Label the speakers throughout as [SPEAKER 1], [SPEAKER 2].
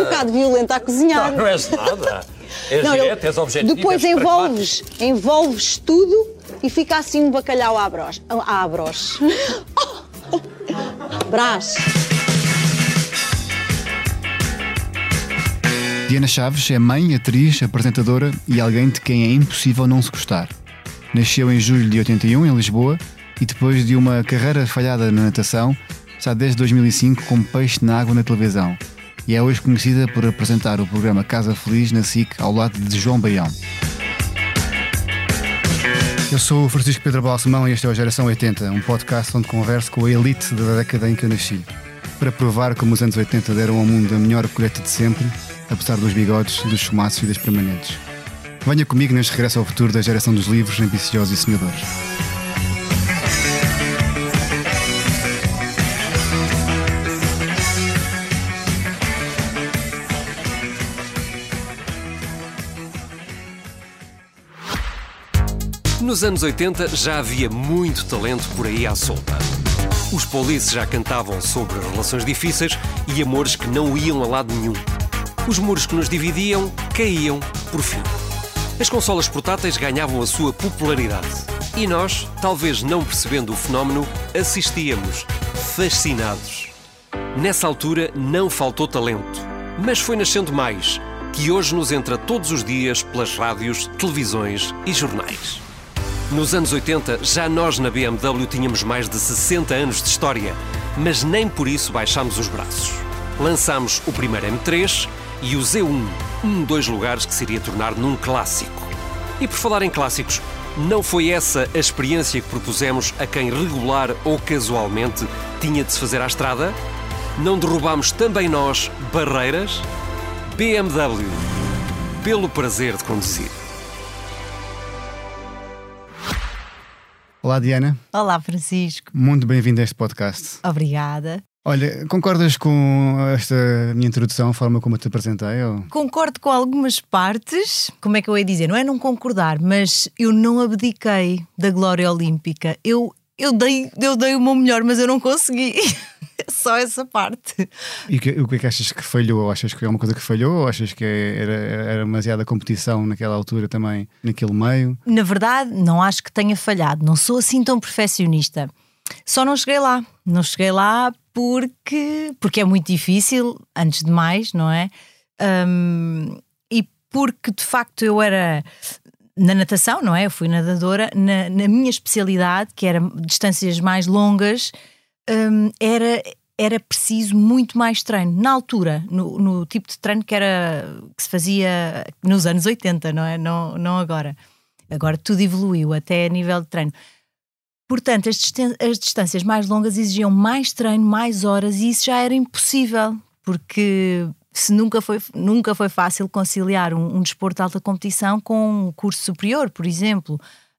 [SPEAKER 1] bocado violenta a cozinhar.
[SPEAKER 2] Não és nada. És direto, és objetivo.
[SPEAKER 1] Depois envolves tudo e fica assim um bacalhau à broche. Brás.
[SPEAKER 3] Diana Chaves é mãe, atriz, apresentadora e alguém de quem é impossível não se gostar. Nasceu em julho de 81, em Lisboa, e depois de uma carreira falhada na natação, está desde 2005 como peixe na água na televisão. E é hoje conhecida por apresentar o programa Casa Feliz na SIC ao lado de João Baião. Eu sou o Francisco Pedro Balsemão e este é o Geração 80, um podcast onde converso com a elite da década em que eu nasci, para provar como os anos 80 deram ao mundo a melhor colheita de sempre, apesar dos bigodes, dos chumaços e das permanentes. Venha comigo neste regresso ao futuro da geração dos livros, ambiciosos e sonhadores.
[SPEAKER 4] Nos anos 80 já havia muito talento por aí à solta. Os Police já cantavam sobre relações difíceis e amores que não iam a lado nenhum. Os muros que nos dividiam caíam por fim. As consolas portáteis ganhavam a sua popularidade. E nós, talvez não percebendo o fenómeno, assistíamos, fascinados. Nessa altura não faltou talento, mas foi nascendo mais, que hoje nos entra todos os dias pelas rádios, televisões e jornais. Nos anos 80, já nós na BMW tínhamos mais de 60 anos de história, mas nem por isso baixámos os braços. Lançámos o primeiro M3 e o Z1, dos lugares que se iria tornar num clássico. E por falar em clássicos, não foi essa a experiência que propusemos a quem regular ou casualmente tinha de se fazer à estrada? Não derrubámos também nós barreiras? BMW, pelo prazer de conduzir.
[SPEAKER 3] Olá, Diana.
[SPEAKER 5] Olá, Francisco.
[SPEAKER 3] Muito bem-vindo a este podcast.
[SPEAKER 5] Obrigada.
[SPEAKER 3] Olha, concordas com esta minha introdução, a forma como eu te apresentei? Ou...
[SPEAKER 5] Concordo com algumas partes. Como é que eu ia dizer? Não é não concordar, mas eu não abdiquei da glória olímpica. Eu dei o meu melhor, mas eu não consegui. Só essa parte.
[SPEAKER 3] E o que é que achas que falhou? Achas que é uma coisa que falhou? Ou achas que era demasiada competição naquela altura também, naquele meio?
[SPEAKER 5] Na verdade, não acho que tenha falhado. Não sou assim tão perfeccionista. Só não cheguei lá. Não cheguei lá porque é muito difícil, antes de mais, não é? E porque, de facto, eu era... Na natação, não é? Eu fui nadadora. Na minha especialidade, que era distâncias mais longas... Era preciso muito mais treino na altura, no tipo de treino que se fazia nos anos 80, não é? Não agora. Agora tudo evoluiu até a nível de treino. Portanto, as distâncias mais longas exigiam mais treino, mais horas, e isso já era impossível, porque nunca foi fácil conciliar um desporto de alta competição com um curso superior, por exemplo.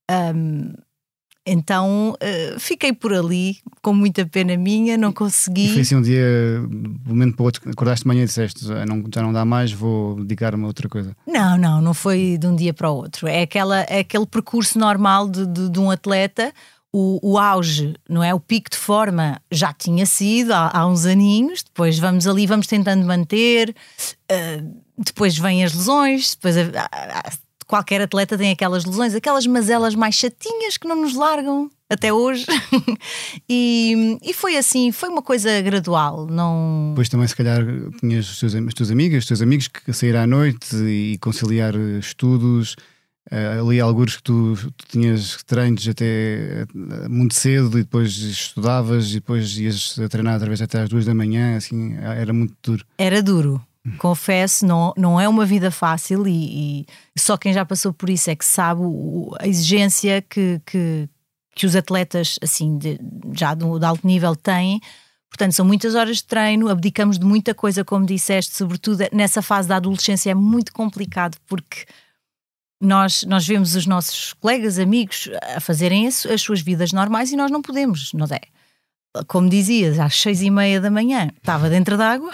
[SPEAKER 5] Então fiquei por ali, com muita pena minha, não consegui.
[SPEAKER 3] E foi assim um dia, de um momento para o outro, acordaste de manhã e disseste: já não dá mais, vou dedicar-me a outra coisa.
[SPEAKER 5] Não foi de um dia para o outro. É aquele percurso normal de um atleta. O auge, não é? O pico de forma já tinha sido há uns aninhos. Depois vamos tentando manter. Depois vêm as lesões. Depois qualquer atleta tem aquelas lesões, aquelas mazelas mais chatinhas que não nos largam até hoje. E foi assim, foi uma coisa gradual. Não...
[SPEAKER 3] Depois também, se calhar, tinhas as tuas amigas, os teus amigos que saíram à noite e conciliar estudos. Ali alguns que tu tinhas treinos até muito cedo e depois estudavas e depois ias a treinar outra vez até às 2 da manhã. Assim, era muito duro. Era duro.
[SPEAKER 5] Confesso, não é uma vida fácil e só quem já passou por isso é que sabe a exigência que os atletas assim, de alto nível têm. Portanto, são muitas horas de treino, abdicamos de muita coisa, como disseste, sobretudo nessa fase da adolescência é muito complicado porque nós vemos os nossos colegas, amigos a fazerem as suas vidas normais e nós não podemos, não é? Como dizias, às 6:30 da manhã estava dentro d'água.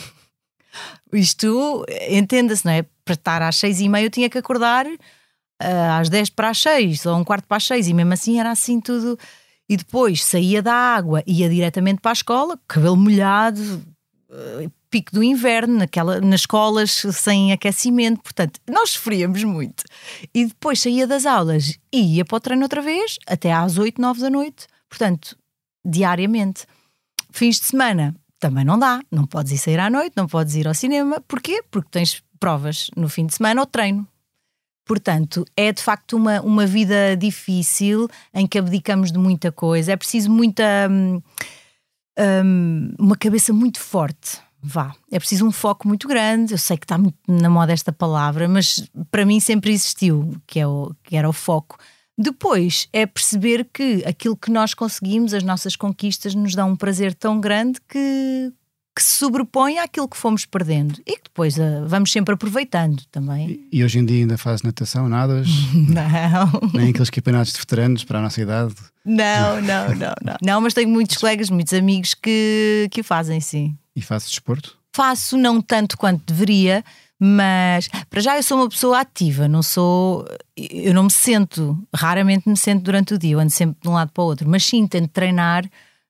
[SPEAKER 5] Isto, entenda-se, não é? Para estar às 6:30 eu tinha que acordar às 5:50 ou 5:45 e mesmo assim era assim tudo. E depois saía da água, ia diretamente para a escola, cabelo molhado, pico do inverno, nas escolas sem aquecimento, portanto, nós sofríamos muito. E depois saía das aulas e ia para o treino outra vez, até às 8, 9 da noite, portanto, diariamente. Fins de semana também não dá, não podes ir sair à noite, não podes ir ao cinema. Porquê? Porque tens provas no fim de semana ou treino. Portanto, é de facto uma vida difícil em que abdicamos de muita coisa. É preciso uma cabeça muito forte. É preciso um foco muito grande. Eu sei que está muito na moda esta palavra, mas para mim sempre existiu, que era o foco. Depois é perceber que aquilo que nós conseguimos, as nossas conquistas, nos dão um prazer tão grande que se sobrepõe àquilo que fomos perdendo e que depois vamos sempre aproveitando também.
[SPEAKER 3] E hoje em dia ainda fazes natação, nadas?
[SPEAKER 5] Não.
[SPEAKER 3] Nem aqueles campeonatos de veteranos para a nossa idade?
[SPEAKER 5] Não. Não, mas tenho muitos colegas, muitos amigos que o fazem, sim.
[SPEAKER 3] E fazes desporto?
[SPEAKER 5] Faço, não tanto quanto deveria, mas para já eu sou uma pessoa ativa, eu não me sento, raramente me sento durante o dia, eu ando sempre de um lado para o outro, mas sim, tento treinar.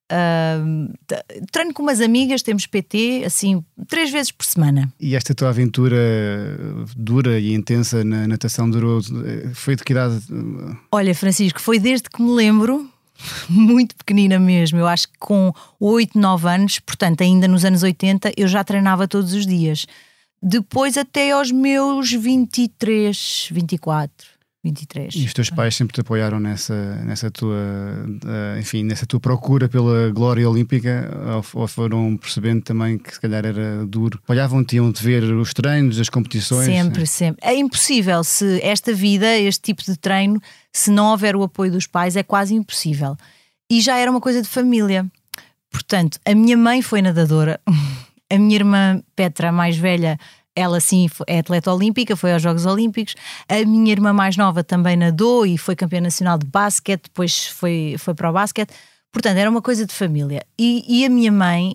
[SPEAKER 5] Treino com umas amigas, temos PT assim 3 vezes por semana.
[SPEAKER 3] E esta tua aventura dura e intensa na natação foi de que idade?
[SPEAKER 5] Olha, Francisco, foi desde que me lembro, muito pequenina mesmo. Eu acho que com 8, 9 anos, portanto ainda nos anos 80, eu já treinava todos os dias. Depois até aos meus 23, 24, 23.
[SPEAKER 3] E os teus pais sempre te apoiaram nessa tua procura pela glória olímpica, ou foram percebendo também que se calhar era duro? Apoiavam-te, iam-te ver os treinos, as competições?
[SPEAKER 5] Sempre. É impossível, se esta vida, este tipo de treino, se não houver o apoio dos pais, é quase impossível. E já era uma coisa de família. Portanto, a minha mãe foi nadadora, a minha irmã Petra, a mais velha, ela sim é atleta olímpica, foi aos Jogos Olímpicos. A minha irmã mais nova também nadou e foi campeã nacional de basquete, depois foi para o basquete. Portanto, era uma coisa de família. E a minha mãe,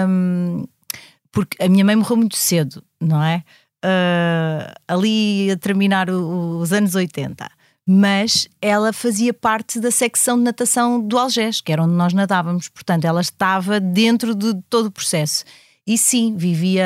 [SPEAKER 5] porque a minha mãe morreu muito cedo, não é? Ali a terminar os anos 80. Mas ela fazia parte da secção de natação do Algés, que era onde nós nadávamos. Portanto, ela estava dentro de todo o processo. E sim, vivia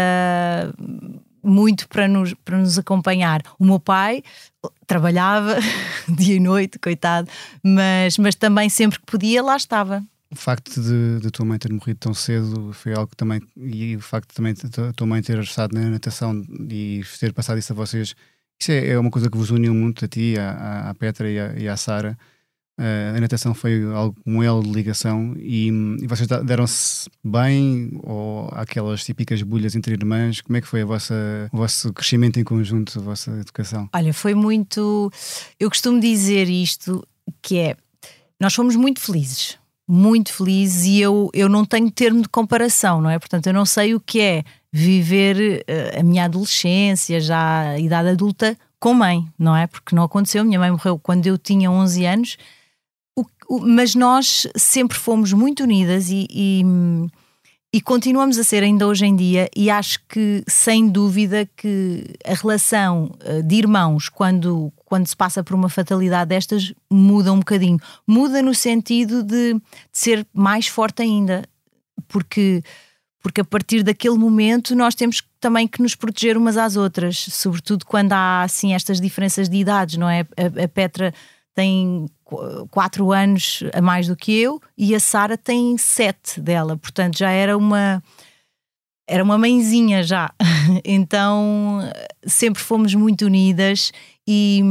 [SPEAKER 5] muito para nos acompanhar. O meu pai trabalhava dia e noite, coitado, mas também sempre que podia, lá estava.
[SPEAKER 3] O facto de tua mãe ter morrido tão cedo foi algo que também, e o facto de também a tua mãe ter estado na natação e ter passado isso a vocês, isso é uma coisa que vos uniu muito a ti, à Petra e à Sara. A natação foi um elo de ligação e vocês deram-se bem, ou aquelas típicas bulhas entre irmãs? Como é que foi o vosso crescimento em conjunto, a vossa educação?
[SPEAKER 5] Olha, foi muito... Eu costumo dizer isto, que é... Nós fomos muito felizes e eu não tenho termo de comparação, não é? Portanto, eu não sei o que é viver a minha adolescência, já a idade adulta, com mãe, não é? Porque não aconteceu. Minha mãe morreu quando eu tinha 11 anos. Mas nós sempre fomos muito unidas e continuamos a ser ainda hoje em dia, e acho que sem dúvida que a relação de irmãos quando se passa por uma fatalidade destas muda um bocadinho, muda no sentido de ser mais forte ainda, porque a partir daquele momento nós temos também que nos proteger umas às outras, sobretudo quando há assim estas diferenças de idades, não é? A Petra tem 4 anos a mais do que eu e a Sara tem 7 dela, portanto já era uma mãezinha já. Então sempre fomos muito unidas e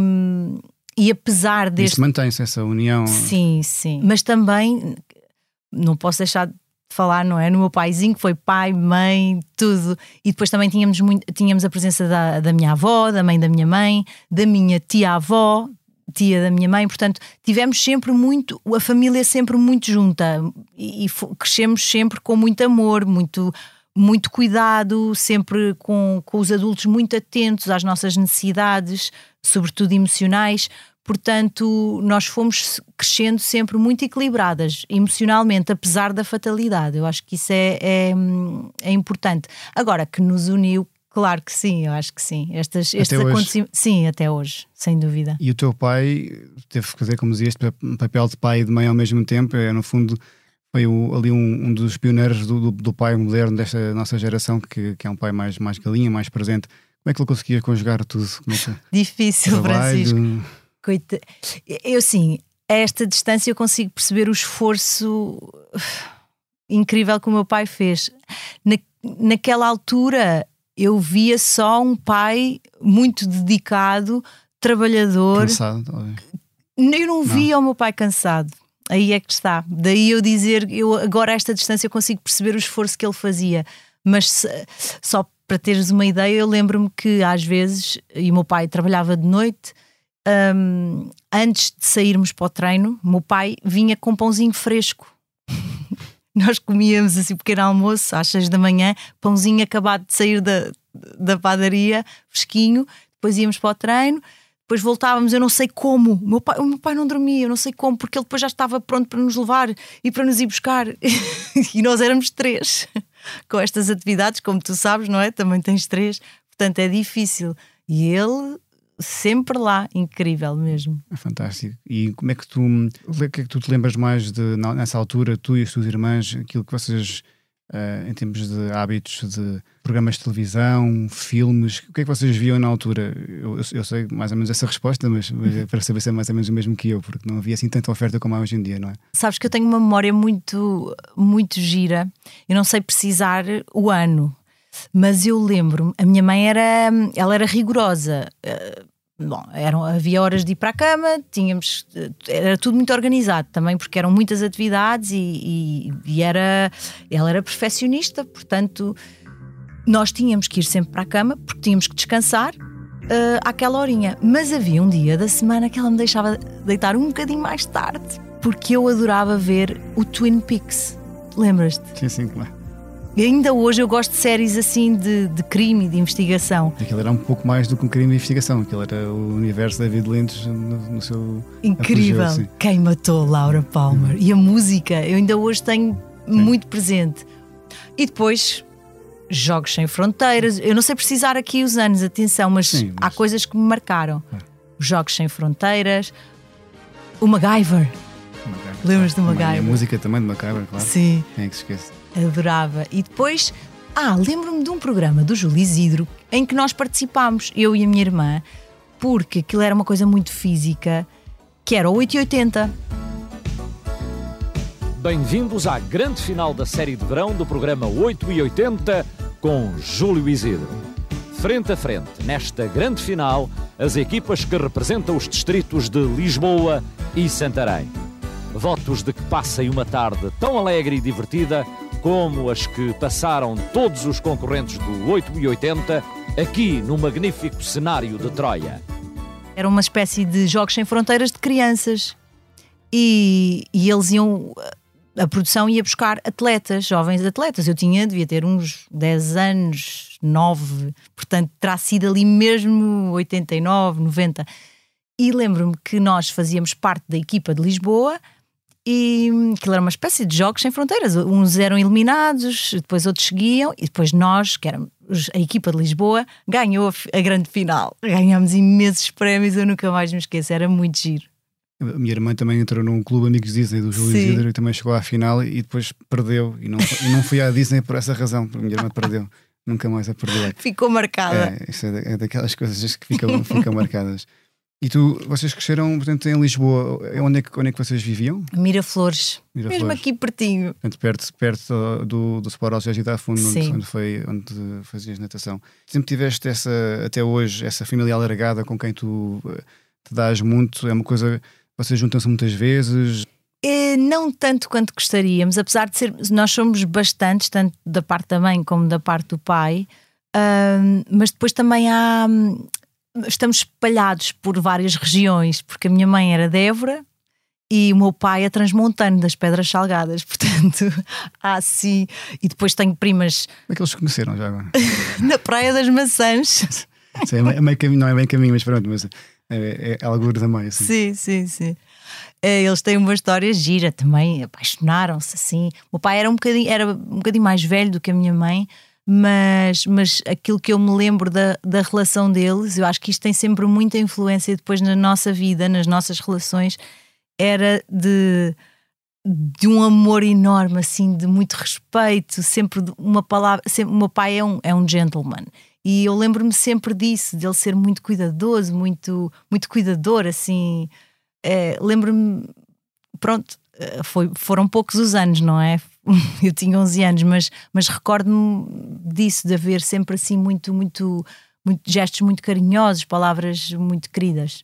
[SPEAKER 5] apesar deste...
[SPEAKER 3] Isso mantém-se, essa união.
[SPEAKER 5] Sim, mas também não posso deixar de falar, não é? No meu paizinho, que foi pai, mãe, tudo. E depois também tínhamos a presença da minha avó, da mãe da minha mãe, da minha tia-avó, tia da minha mãe. Portanto, tivemos sempre a família sempre muito junta e crescemos sempre com muito amor, muito cuidado, sempre com os adultos muito atentos às nossas necessidades, sobretudo emocionais. Portanto, nós fomos crescendo sempre muito equilibradas emocionalmente, apesar da fatalidade. Eu acho que isso é importante. Agora, que nos uniu, claro que sim, eu acho que sim. Estes acontecimentos, sim, até hoje, sem dúvida.
[SPEAKER 3] E o teu pai teve que fazer, como dizia, este papel de pai e de mãe ao mesmo tempo. No fundo, Foi ali um dos pioneiros do pai moderno desta nossa geração, que é um pai mais galinha, mais presente. Como é que ele conseguia conjugar tudo?
[SPEAKER 5] Difícil, Francisco. Eu sim, a esta distância eu consigo perceber o esforço incrível que o meu pai fez. Naquela altura eu via só um pai muito dedicado, trabalhador.
[SPEAKER 3] Cansado,
[SPEAKER 5] eu não via o meu pai cansado. Aí é que está. Daí eu dizer, eu agora a esta distância eu consigo perceber o esforço que ele fazia. Mas só para teres uma ideia, eu lembro-me que às vezes, e o meu pai trabalhava de noite, antes de sairmos para o treino, o meu pai vinha com pãozinho fresco. Nós comíamos assim pequeno almoço às 6 da manhã, pãozinho acabado de sair da padaria, fresquinho, depois íamos para o treino. Depois voltávamos, eu não sei como. O meu pai não dormia, eu não sei como, porque ele depois já estava pronto para nos levar e para nos ir buscar. E nós éramos 3 com estas atividades, como tu sabes, não é? Também tens 3, portanto é difícil. E ele sempre lá, incrível mesmo.
[SPEAKER 3] É fantástico. E como é que tu te lembras mais nessa altura, tu e as tuas irmãs, aquilo que vocês, em termos de hábitos de programas de televisão, filmes, o que é que vocês viam na altura? Eu sei mais ou menos essa resposta, mas para saber se é mais ou menos o mesmo que eu, porque não havia assim tanta oferta como há hoje em dia, não é?
[SPEAKER 5] Sabes que eu tenho uma memória muito, muito gira. Eu não sei precisar o ano, mas eu lembro-me, a minha mãe era rigorosa. Bom, havia horas de ir para a cama, era tudo muito organizado também, porque eram muitas atividades e ela era perfeccionista, portanto nós tínhamos que ir sempre para a cama porque tínhamos que descansar àquela horinha. Mas havia um dia da semana que ela me deixava deitar um bocadinho mais tarde, porque eu adorava ver o Twin Peaks. Lembras-te?
[SPEAKER 3] Sim, claro.
[SPEAKER 5] E ainda hoje eu gosto de séries assim de crime e de investigação.
[SPEAKER 3] Aquilo era um pouco mais do que um crime de investigação. Aquilo era o universo David Lynch no seu
[SPEAKER 5] incrível,
[SPEAKER 3] apogeu, assim.
[SPEAKER 5] Quem matou Laura Palmer. E a música, eu ainda hoje tenho muito presente. E depois, Jogos Sem Fronteiras. Eu não sei precisar aqui os anos, atenção, mas há coisas que me marcaram. Jogos Sem Fronteiras, o MacGyver. Lembras do MacGyver?
[SPEAKER 3] E a música também do MacGyver, claro.
[SPEAKER 5] Sim.
[SPEAKER 3] Quem é que se esquece?
[SPEAKER 5] Adorava. E depois, lembro-me de um programa do Júlio Isidro em que nós participámos, eu e a minha irmã, porque aquilo era uma coisa muito física, que era o 880.
[SPEAKER 2] Bem-vindos à grande final da série de verão do programa 880 com Júlio Isidro. Frente a frente, nesta grande final, as equipas que representam os distritos de Lisboa e Santarém. Votos de que passem uma tarde tão alegre e divertida como as que passaram todos os concorrentes do 880 aqui no magnífico cenário de Troia.
[SPEAKER 5] Era uma espécie de Jogos Sem Fronteiras de crianças e eles iam, a produção ia buscar atletas, jovens atletas. Eu devia ter uns 10 anos, 9, portanto terá sido ali mesmo 89, 90. E lembro-me que nós fazíamos parte da equipa de Lisboa. E aquilo era uma espécie de Jogos Sem Fronteiras. Uns eram eliminados, depois outros seguiam, e depois nós, que éramos a equipa de Lisboa, ganhou a grande final. Ganhámos imensos prémios, eu nunca mais me esqueço, era muito giro.
[SPEAKER 3] A minha irmã também entrou num clube Amigos Disney do Júlio Isidro e também chegou à final e depois perdeu. E não fui à Disney por essa razão, porque a minha irmã perdeu. Nunca mais a perdeu.
[SPEAKER 5] Ficou marcada.
[SPEAKER 3] Isso é daquelas coisas que ficam marcadas. E vocês cresceram, portanto, em Lisboa. Onde é que vocês viviam?
[SPEAKER 5] Miraflores. Mesmo aqui pertinho.
[SPEAKER 3] Portanto, perto do Sport Algés da Fundo, onde fazias natação. Sempre tiveste até hoje, essa família alargada com quem tu te dás muito? É uma coisa, vocês juntam-se muitas vezes?
[SPEAKER 5] Não tanto quanto gostaríamos, apesar de nós somos bastantes, tanto da parte da mãe como da parte do pai, mas depois também estamos espalhados por várias regiões, porque a minha mãe era de Évora e o meu pai é transmontano das Pedras Salgadas, portanto assim. E depois tenho primas. Como
[SPEAKER 3] é que eles se conheceram já agora?
[SPEAKER 5] Na Praia das Maçãs.
[SPEAKER 3] Sim, é meio caminho, não é bem caminho, mas pronto, mas é algures da mãe. Assim.
[SPEAKER 5] Sim. Eles têm uma história gira também, apaixonaram-se assim. O meu pai era um bocadinho mais velho do que a minha mãe. Mas aquilo que eu me lembro da relação deles, eu acho que isto tem sempre muita influência depois na nossa vida, nas nossas relações, era de de um amor enorme, assim, de muito respeito, sempre uma palavra. Sempre, o meu pai é um gentleman. E eu lembro-me sempre disso, dele ser muito cuidadoso, muito, muito cuidador, assim. Lembro-me, pronto, foram poucos os anos, não é? Eu tinha 11 anos, mas recordo-me disso, de haver sempre assim muito gestos muito carinhosos, palavras muito queridas.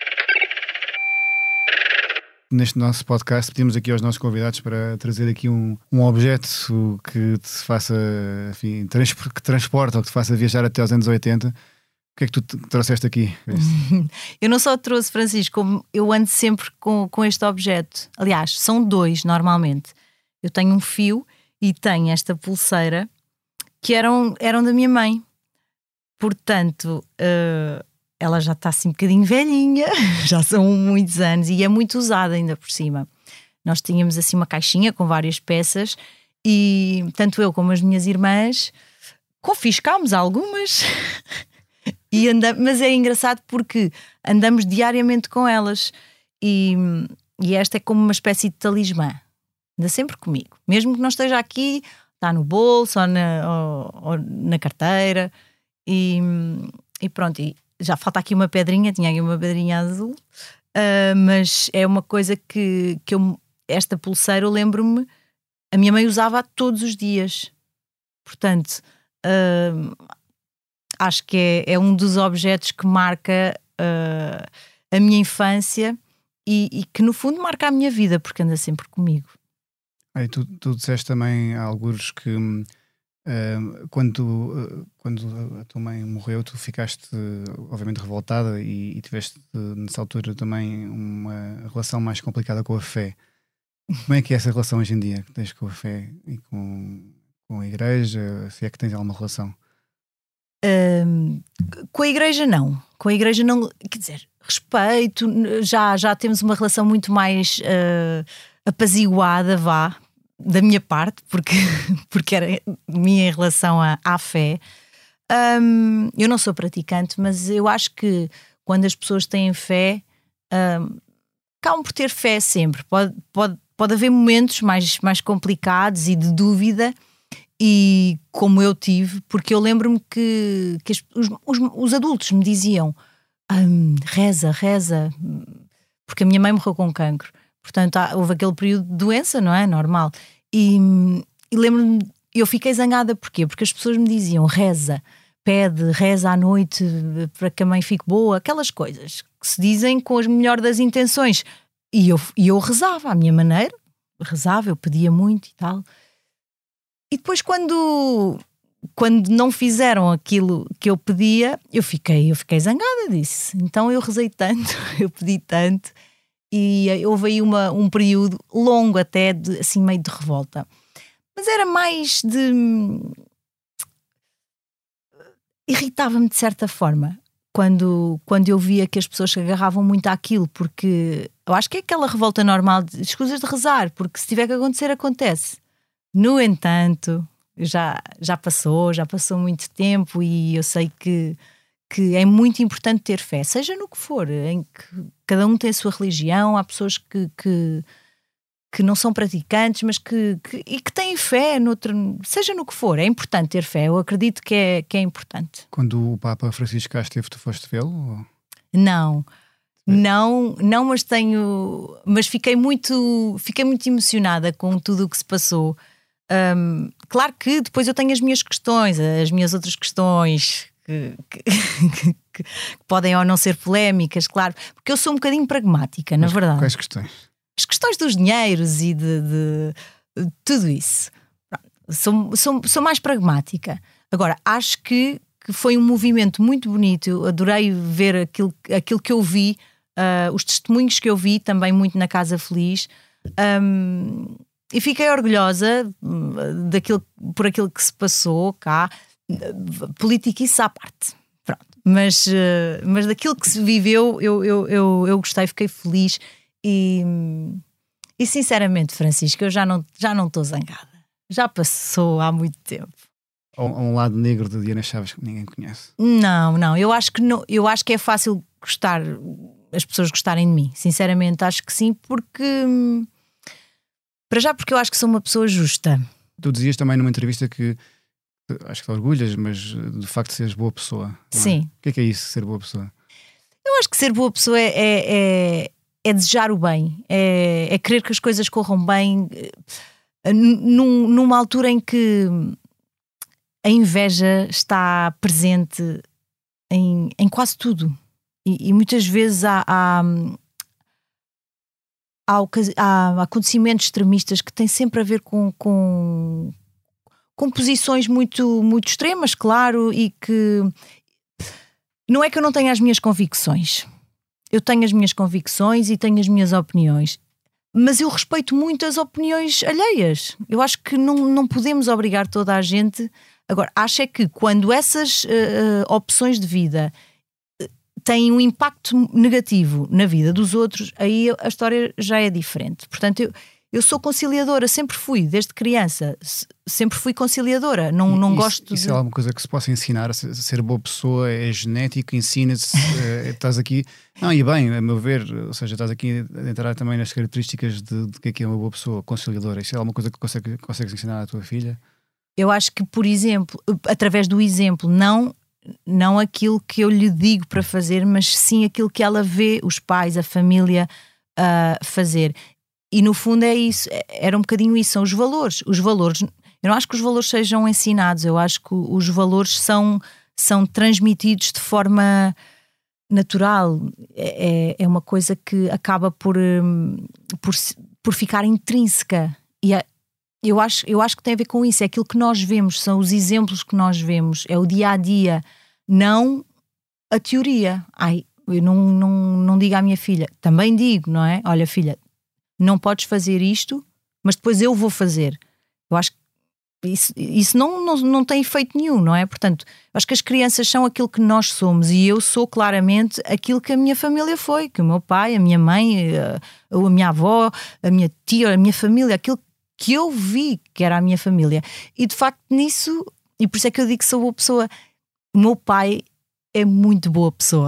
[SPEAKER 3] Neste nosso podcast pedimos aqui aos nossos convidados para trazer aqui um objeto que te faça, enfim, que transporta ou que te faça viajar até aos anos 80. O que é que tu trouxeste aqui?
[SPEAKER 5] Eu não só trouxe, Francisco, como eu ando sempre com este objeto. Aliás, são 2 normalmente. Eu tenho um fio e tenho esta pulseira que eram da minha mãe. Portanto, ela já está assim um bocadinho velhinha, já são muitos anos e é muito usada ainda por cima. Nós tínhamos assim uma caixinha com várias peças e tanto eu como as minhas irmãs confiscámos algumas mas é engraçado porque andamos diariamente com elas e esta é como uma espécie de talismã. Anda sempre comigo, mesmo que não esteja aqui, está no bolso ou na carteira e pronto. E já falta aqui uma pedrinha, tinha aqui uma pedrinha azul, mas é uma coisa que esta pulseira eu lembro-me, a minha mãe usava todos os dias, portanto acho que é um dos objetos que marca a minha infância e que no fundo marca a minha vida, porque anda sempre comigo.
[SPEAKER 3] E tu disseste também a algures que quando a tua mãe morreu, tu ficaste obviamente revoltada e tiveste nessa altura também uma relação mais complicada com a fé. Como é que é essa relação hoje em dia que tens com a fé e com a igreja? Se é que tens alguma relação?
[SPEAKER 5] Com a igreja não, quer dizer, respeito, já temos uma relação muito mais apaziguada, da minha parte, porque era minha em relação à fé. Eu não sou praticante, mas eu acho que quando as pessoas têm fé, acabam por ter fé sempre. Pode haver momentos mais complicados e de dúvida, e como eu tive, porque eu lembro-me que os adultos me diziam reza, porque a minha mãe morreu com cancro. Portanto, houve aquele período de doença, não é? Normal. E lembro-me, eu fiquei zangada, porquê? Porque as pessoas me diziam, reza à noite para que a mãe fique boa, aquelas coisas que se dizem com as melhores das intenções. E eu rezava à minha maneira, eu pedia muito e tal. E depois quando não fizeram aquilo que eu pedia, eu fiquei zangada disso. Então eu rezei tanto, eu pedi tanto. E houve aí um período longo até, assim meio de revolta. Mas era mais irritava-me de certa forma quando eu via que as pessoas se agarravam muito àquilo, porque eu acho que é aquela revolta normal de escusas de rezar, porque se tiver que acontecer, acontece. No entanto, já passou muito tempo e eu sei que é muito importante ter fé, seja no que for, em que cada um tem a sua religião. Há pessoas que não são praticantes, mas que têm fé, seja no que for, é importante ter fé. Eu acredito que é importante.
[SPEAKER 3] Quando o Papa Francisco cá esteve, tu foste vê-lo?
[SPEAKER 5] Não, mas fiquei muito emocionada com tudo o que se passou. Claro que depois eu tenho as minhas questões, as minhas outras questões que podem ou não ser polémicas, claro, porque eu sou um bocadinho pragmática, na verdade.
[SPEAKER 3] Quais questões?
[SPEAKER 5] As questões dos dinheiros e de tudo isso. Sou mais pragmática. Agora, acho que foi um movimento muito bonito. Eu adorei ver aquilo que eu vi, os testemunhos que eu vi também muito na Casa Feliz. E fiquei orgulhosa por aquilo que se passou cá. Política isso à parte, pronto. Mas daquilo que se viveu eu gostei, fiquei feliz e sinceramente, Francisco, eu já não estou zangada, já passou há muito tempo.
[SPEAKER 3] Um lado negro de Diana Chaves que ninguém conhece?
[SPEAKER 5] Não, eu acho que é fácil as pessoas gostarem de mim, sinceramente acho que sim, porque Para já porque eu acho que sou uma pessoa justa.
[SPEAKER 3] Tu dizias também numa entrevista que acho que te orgulhas, mas de facto seres boa pessoa. Não é?
[SPEAKER 5] Sim.
[SPEAKER 3] O que é isso, ser boa pessoa?
[SPEAKER 5] Eu acho que ser boa pessoa é desejar o bem, é querer que as coisas corram bem, numa altura em que a inveja está presente em quase tudo. E muitas vezes há acontecimentos extremistas que têm sempre a ver com posições muito, muito extremas, claro, e que não é que eu não tenha as minhas convicções. Eu tenho as minhas convicções e tenho as minhas opiniões, mas eu respeito muito as opiniões alheias. Eu acho que não podemos obrigar toda a gente. Agora, acho é que quando essas opções de vida têm um impacto negativo na vida dos outros, aí a história já é diferente. Portanto, eu sou conciliadora, sempre fui, desde criança, sempre fui conciliadora. Não gosto
[SPEAKER 3] isso é alguma coisa que se possa ensinar, a ser boa pessoa, é genético, ensina-se, estás aqui... Não, e bem, a meu ver, ou seja, estás aqui a entrar também nas características de que é uma boa pessoa, conciliadora. Isso é alguma coisa que consegues ensinar à tua filha?
[SPEAKER 5] Eu acho que, por exemplo, através do exemplo, não aquilo que eu lhe digo para fazer, mas sim aquilo que ela vê os pais, a família fazer. E no fundo é isso, era um bocadinho isso, são os valores. Os valores, eu não acho que os valores sejam ensinados, eu acho que os valores são transmitidos de forma natural. É uma coisa que acaba por ficar intrínseca. E eu acho que tem a ver com isso, é aquilo que nós vemos, são os exemplos que nós vemos, é o dia a dia, não a teoria. Eu não digo à minha filha, também digo, não é? Olha, filha, não podes fazer isto, mas depois eu vou fazer. Eu acho que isso não tem efeito nenhum, não é? Portanto, acho que as crianças são aquilo que nós somos e eu sou claramente aquilo que a minha família foi, que o meu pai, a minha mãe, a minha avó, a minha tia, a minha família, aquilo que eu vi que era a minha família. E de facto nisso, e por isso é que eu digo que sou boa pessoa, o meu pai é muito boa pessoa.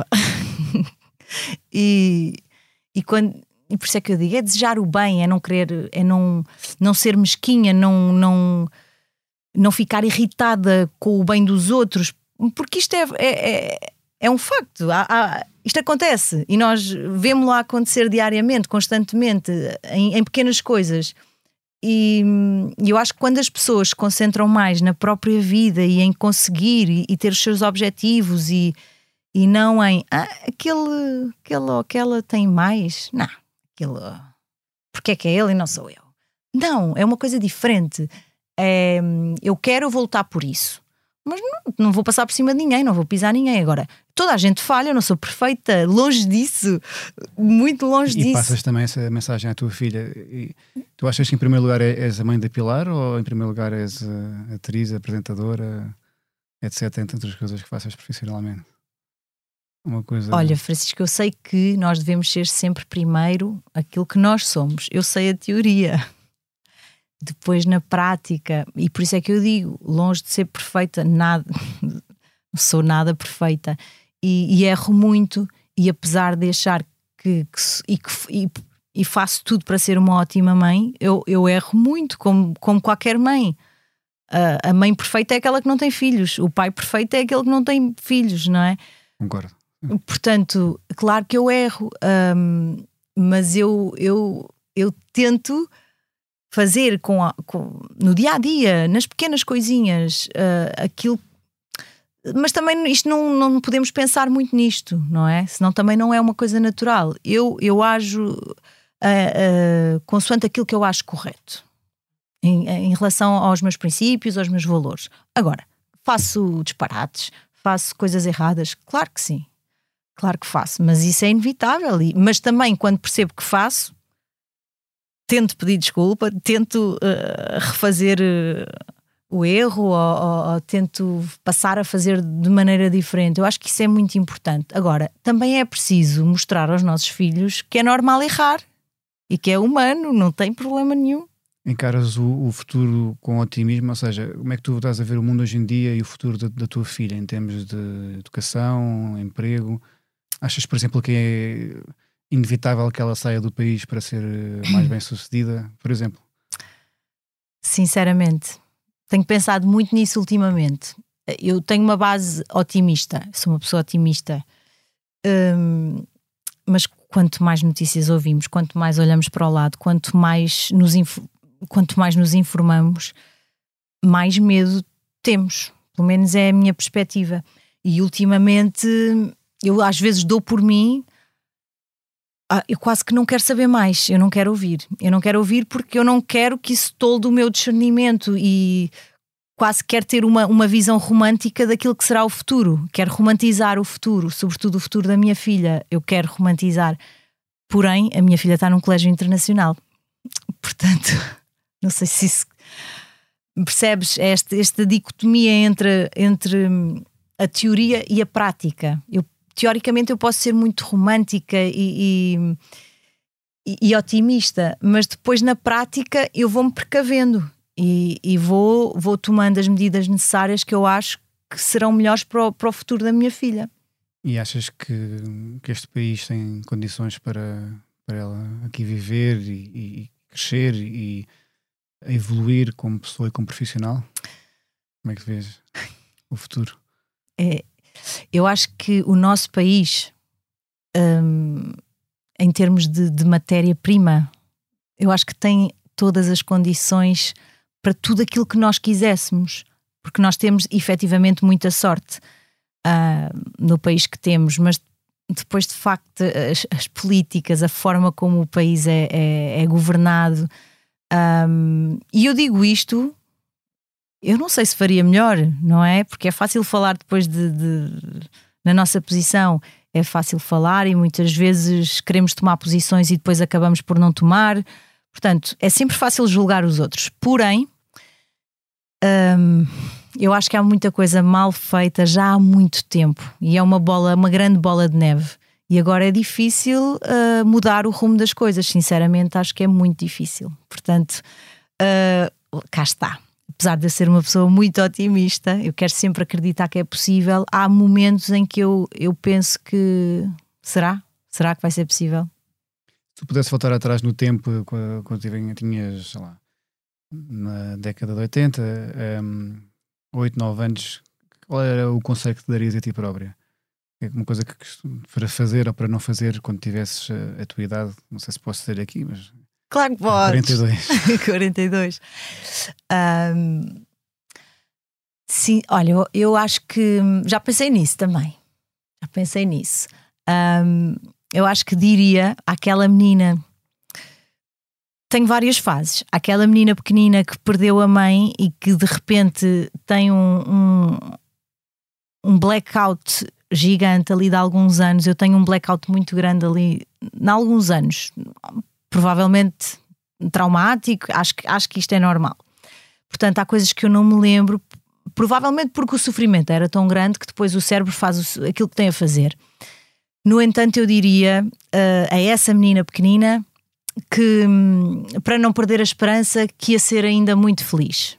[SPEAKER 5] E por isso é que eu digo, é desejar o bem, é não querer, é não ser mesquinha, não ficar irritada com o bem dos outros, porque isto é um facto. Isto acontece e nós vemos-lo acontecer diariamente, constantemente, em pequenas coisas. E eu acho que quando as pessoas se concentram mais na própria vida e em conseguir e ter os seus objetivos e não em aquele ou aquela tem mais, não, aquilo, porque é que é ele e não sou eu. Não, é uma coisa diferente. Eu quero voltar por isso, mas não vou passar por cima de ninguém, não vou pisar ninguém. Agora, toda a gente falha, eu não sou perfeita, longe disso, muito longe disso.
[SPEAKER 3] E passas também essa mensagem à tua filha. E tu achas que em primeiro lugar és a mãe da Pilar ou em primeiro lugar és a atriz, a apresentadora, etc, entre outras coisas que faças profissionalmente? Uma coisa...
[SPEAKER 5] Olha, Francisco, eu sei que nós devemos ser sempre primeiro aquilo que nós somos. Eu sei a teoria. Depois na prática, e por isso é que eu digo, longe de ser perfeita, nada, não sou nada perfeita e erro muito, e apesar de achar que faço tudo para ser uma ótima mãe, eu erro muito, como qualquer mãe. A mãe perfeita é aquela que não tem filhos, o pai perfeito é aquele que não tem filhos, não é?
[SPEAKER 3] Concordo.
[SPEAKER 5] Portanto, claro que eu erro, mas eu tento fazer no dia a dia, nas pequenas coisinhas, aquilo. Mas também isto não podemos pensar muito nisto, não é? Senão também não é uma coisa natural. Eu ajo consoante aquilo que eu acho correto em relação aos meus princípios, aos meus valores. Agora, faço disparates, faço coisas erradas, claro que sim. Claro que faço, mas isso é inevitável. Mas também, quando percebo que faço, tento pedir desculpa, tento refazer o erro ou tento passar a fazer de maneira diferente. Eu acho que isso é muito importante. Agora, também é preciso mostrar aos nossos filhos que é normal errar e que é humano, não tem problema nenhum.
[SPEAKER 3] Encaras o futuro com otimismo, ou seja, como é que tu estás a ver o mundo hoje em dia e o futuro da tua filha em termos de educação, emprego? Achas, por exemplo, que é inevitável que ela saia do país para ser mais bem sucedida, por exemplo?
[SPEAKER 5] sinceramente. Tenho pensado muito nisso ultimamente. Eu tenho uma base otimista, sou uma pessoa otimista, mas quanto mais notícias ouvimos, quanto mais olhamos para o lado, quanto mais nos informamos, mais medo temos. Pelo menos é a minha perspectiva. E ultimamente eu às vezes dou por mim, eu quase que não quero saber mais, eu não quero ouvir porque eu não quero que isso tolde o meu discernimento e quase quero ter uma visão romântica daquilo que será o futuro. Quero romantizar o futuro, sobretudo o futuro da minha filha, eu quero romantizar. Porém, a minha filha está num colégio internacional, portanto, não sei se isso... Percebes esta dicotomia entre a teoria e a prática. Teoricamente eu posso ser muito romântica e otimista, mas depois na prática eu vou-me precavendo e vou tomando as medidas necessárias que eu acho que serão melhores para o futuro da minha filha.
[SPEAKER 3] E achas que este país tem condições para ela aqui viver e crescer e evoluir como pessoa e como profissional? Como é que vês o futuro?
[SPEAKER 5] Eu acho que o nosso país, em termos de matéria-prima, eu acho que tem todas as condições para tudo aquilo que nós quiséssemos, porque nós temos efetivamente muita sorte no país que temos, mas depois de facto as políticas, a forma como o país é governado, e eu digo isto, eu não sei se faria melhor, não é? Porque é fácil falar depois na nossa posição, é fácil falar e muitas vezes queremos tomar posições e depois acabamos por não tomar. Portanto, é sempre fácil julgar os outros. Porém, eu acho que há muita coisa mal feita já há muito tempo e é uma grande bola de neve. E agora é difícil mudar o rumo das coisas. Sinceramente, acho que é muito difícil. Portanto, cá está. Apesar de eu ser uma pessoa muito otimista, eu quero sempre acreditar que é possível. Há momentos em que eu penso que... Será que vai ser possível?
[SPEAKER 3] Se tu pudesse voltar atrás no tempo, quando tinhas, sei lá, na década de 80, 8, 9 anos, qual era o conselho que te darias a ti própria? É uma coisa que para fazer ou para não fazer quando tivesses a tua idade, não sei se posso dizer aqui, mas...
[SPEAKER 5] Claro que podes.
[SPEAKER 3] 42.
[SPEAKER 5] 42. Sim, olha, eu acho que já pensei nisso também. Eu acho que diria àquela menina... Tenho várias fases. Aquela menina pequenina que perdeu a mãe e que de repente tem um blackout gigante ali de alguns anos. Eu tenho um blackout muito grande ali de alguns anos, provavelmente traumático. Acho que isto é normal. Portanto, há coisas que eu não me lembro, provavelmente porque o sofrimento era tão grande que depois o cérebro faz aquilo que tem a fazer. No entanto, eu diria a essa menina pequenina que, para não perder a esperança, que ia ser ainda muito feliz.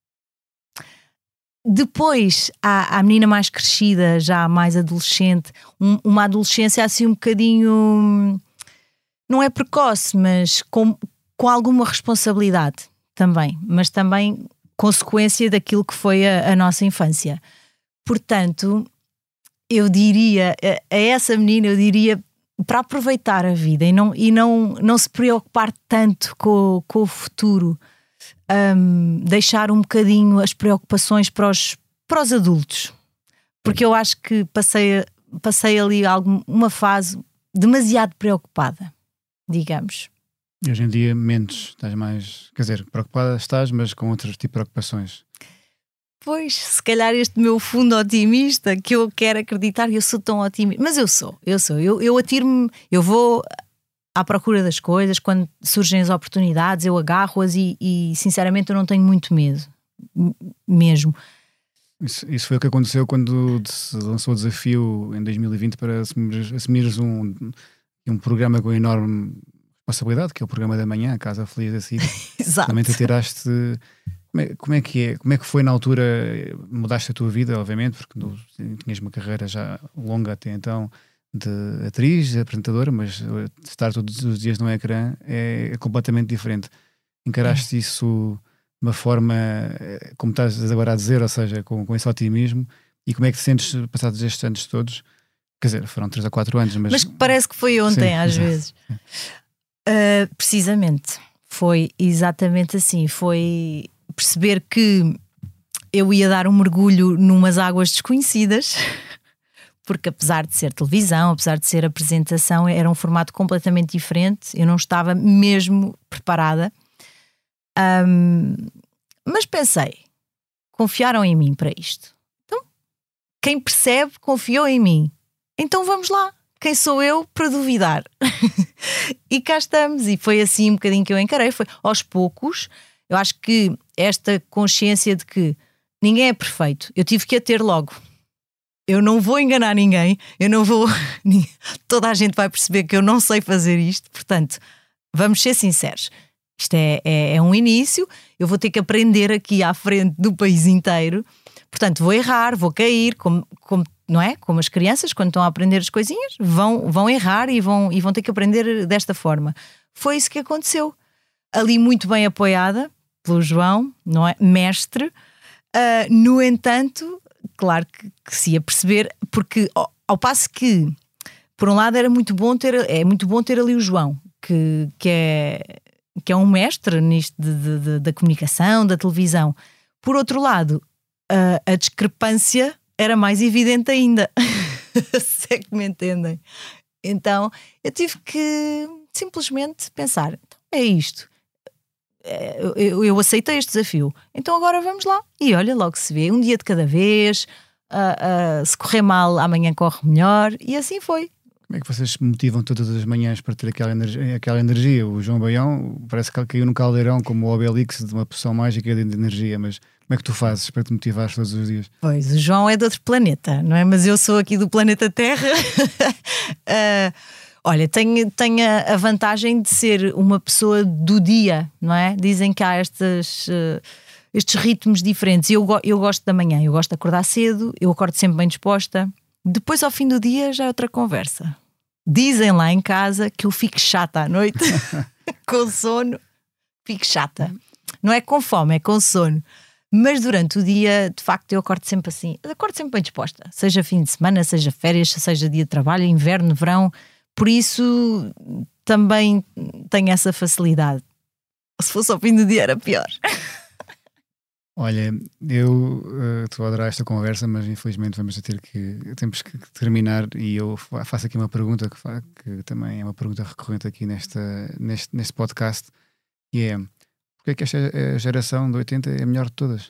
[SPEAKER 5] Depois, há a menina mais crescida, já mais adolescente, uma adolescência assim um bocadinho, não é precoce, mas com alguma responsabilidade também, mas também consequência daquilo que foi a nossa infância. Portanto, eu diria, a essa menina, eu diria para aproveitar a vida e não se preocupar tanto com o futuro, deixar um bocadinho as preocupações para os adultos, porque eu acho que passei ali uma fase demasiado preocupada, digamos.
[SPEAKER 3] E hoje em dia menos, estás mais, quer dizer, preocupada estás, mas com outros tipos de preocupações.
[SPEAKER 5] Pois, se calhar este meu fundo otimista, que eu quero acreditar, eu sou tão otimista, mas eu atiro-me, eu vou à procura das coisas, quando surgem as oportunidades eu agarro-as e sinceramente eu não tenho muito medo, mesmo.
[SPEAKER 3] Isso foi o que aconteceu quando se lançou o desafio em 2020 para assumires um programa com enorme responsabilidade, que é o programa da manhã, a Casa Feliz da SIC.
[SPEAKER 5] Exato.
[SPEAKER 3] Também te tiraste... Como é que foi na altura? Mudaste a tua vida, obviamente, porque tinhas uma carreira já longa até então de atriz, de apresentadora, mas estar todos os dias no ecrã é completamente diferente. Encaraste isso uma forma, como estás agora a dizer, ou seja, com esse otimismo. E como é que te sentes passados estes anos todos? Quer dizer, foram 3 a 4 anos, mas
[SPEAKER 5] parece que foi ontem. Sim, às vezes. Precisamente, foi exatamente assim. Foi perceber que eu ia dar um mergulho numas águas desconhecidas, porque apesar de ser televisão, apesar de ser apresentação, era um formato completamente diferente. Eu não estava mesmo preparada. Mas pensei, confiaram em mim para isto. Então, quem percebe confiou em mim. Então vamos lá. Quem sou eu para duvidar? E cá estamos. E foi assim um bocadinho que eu encarei. Foi aos poucos. Eu acho que esta consciência de que ninguém é perfeito, eu tive que a ter logo. Eu não vou enganar ninguém. Eu não vou... Toda a gente vai perceber que eu não sei fazer isto. Portanto, vamos ser sinceros. Isto é um início. Eu vou ter que aprender aqui à frente do país inteiro. Portanto, vou errar, vou cair, não é? Como as crianças, quando estão a aprender as coisinhas, vão errar e vão ter que aprender desta forma. Foi isso que aconteceu. Ali muito bem apoiada pelo João, não é? Mestre. No entanto, claro que se ia perceber, porque ao passo que, por um lado, é muito bom ter ali o João, que é um mestre nisto da comunicação, da televisão. Por outro lado, a discrepância era mais evidente ainda. Se é que me entendem. Então eu tive que simplesmente pensar, é isto. Eu aceitei este desafio, então agora vamos lá. E olha, logo se vê, um dia de cada vez. Se correr mal, amanhã corre melhor. E assim foi.
[SPEAKER 3] Como é que vocês se motivam todas as manhãs para ter aquela energia? O João Baião parece que caiu num caldeirão como o Obelix de uma poção mágica de energia, mas como é que tu fazes para te motivares todos os dias?
[SPEAKER 5] Pois, o João é de outro planeta, não é? Mas eu sou aqui do planeta Terra. Olha, tenho a vantagem de ser uma pessoa do dia, não é? Dizem que há estes ritmos diferentes. Eu gosto da manhã, eu gosto de acordar cedo, eu acordo sempre bem disposta. Depois, ao fim do dia, já é outra conversa. Dizem lá em casa que eu fico chata à noite, com sono, fico chata. Não é com fome, é com sono. Mas durante o dia, de facto, eu acordo sempre assim. Acordo sempre bem disposta. Seja fim de semana, seja férias, seja dia de trabalho, inverno, verão. Por isso, também tenho essa facilidade. Se fosse ao fim do dia, era pior.
[SPEAKER 3] Olha, eu estou a adorar esta conversa, mas infelizmente temos que terminar, e eu faço aqui uma pergunta que também é uma pergunta recorrente aqui neste podcast, e é: porque é que esta geração de 80 é a melhor de todas?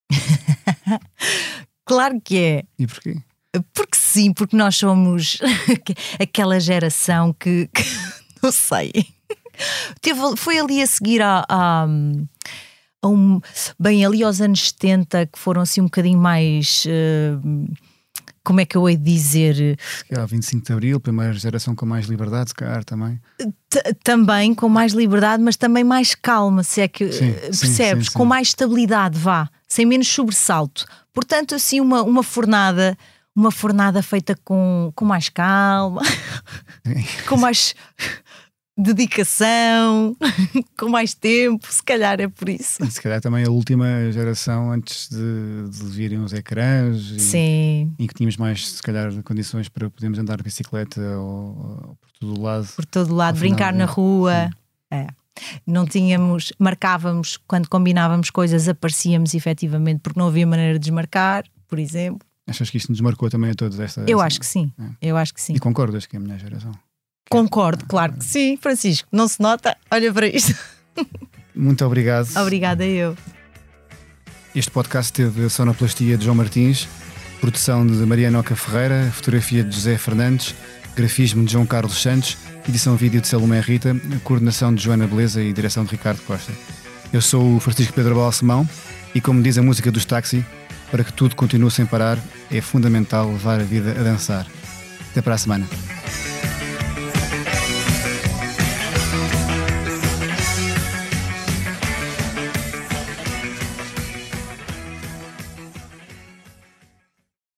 [SPEAKER 5] Claro que é.
[SPEAKER 3] E porquê?
[SPEAKER 5] Porque sim, porque nós somos aquela geração que não sei, foi ali a seguir bem ali aos anos 70, que foram assim um bocadinho mais, como é que eu hei de dizer?
[SPEAKER 3] Há 25 de Abril, primeira geração com mais liberdade, se calhar também.
[SPEAKER 5] Também com mais liberdade, mas também mais calma, se é que percebes? Sim. Com mais estabilidade, sem menos sobressalto. Portanto, assim, uma fornada feita com mais calma, com mais dedicação, com mais tempo, se calhar é por isso.
[SPEAKER 3] Se calhar também a última geração antes de virem os ecrãs.
[SPEAKER 5] Sim.
[SPEAKER 3] E que tínhamos mais, se calhar, condições para podermos andar de bicicleta ou por todo lado.
[SPEAKER 5] Por todo lado, brincar na rua. Não tínhamos, marcávamos, quando combinávamos coisas, aparecíamos efetivamente, porque não havia maneira de desmarcar, por exemplo.
[SPEAKER 3] Achas que isto nos marcou também a todos esta?
[SPEAKER 5] Eu acho que sim. Eu acho que sim.
[SPEAKER 3] E concordas que é a minha geração?
[SPEAKER 5] Concordo, claro que sim, Francisco. Não se nota? Olha para isto.
[SPEAKER 3] Muito obrigado.
[SPEAKER 5] Obrigada eu.
[SPEAKER 3] Este podcast teve a sonoplastia de João Martins, produção de Mariana Oca Ferreira, fotografia de José Fernandes, grafismo de João Carlos Santos, edição vídeo de Salomé Rita, coordenação de Joana Beleza e direção de Ricardo Costa. Eu sou o Francisco Pedro Balsemão e, como diz a música dos Táxi, para que tudo continue sem parar, é fundamental levar a vida a dançar. Até para a semana.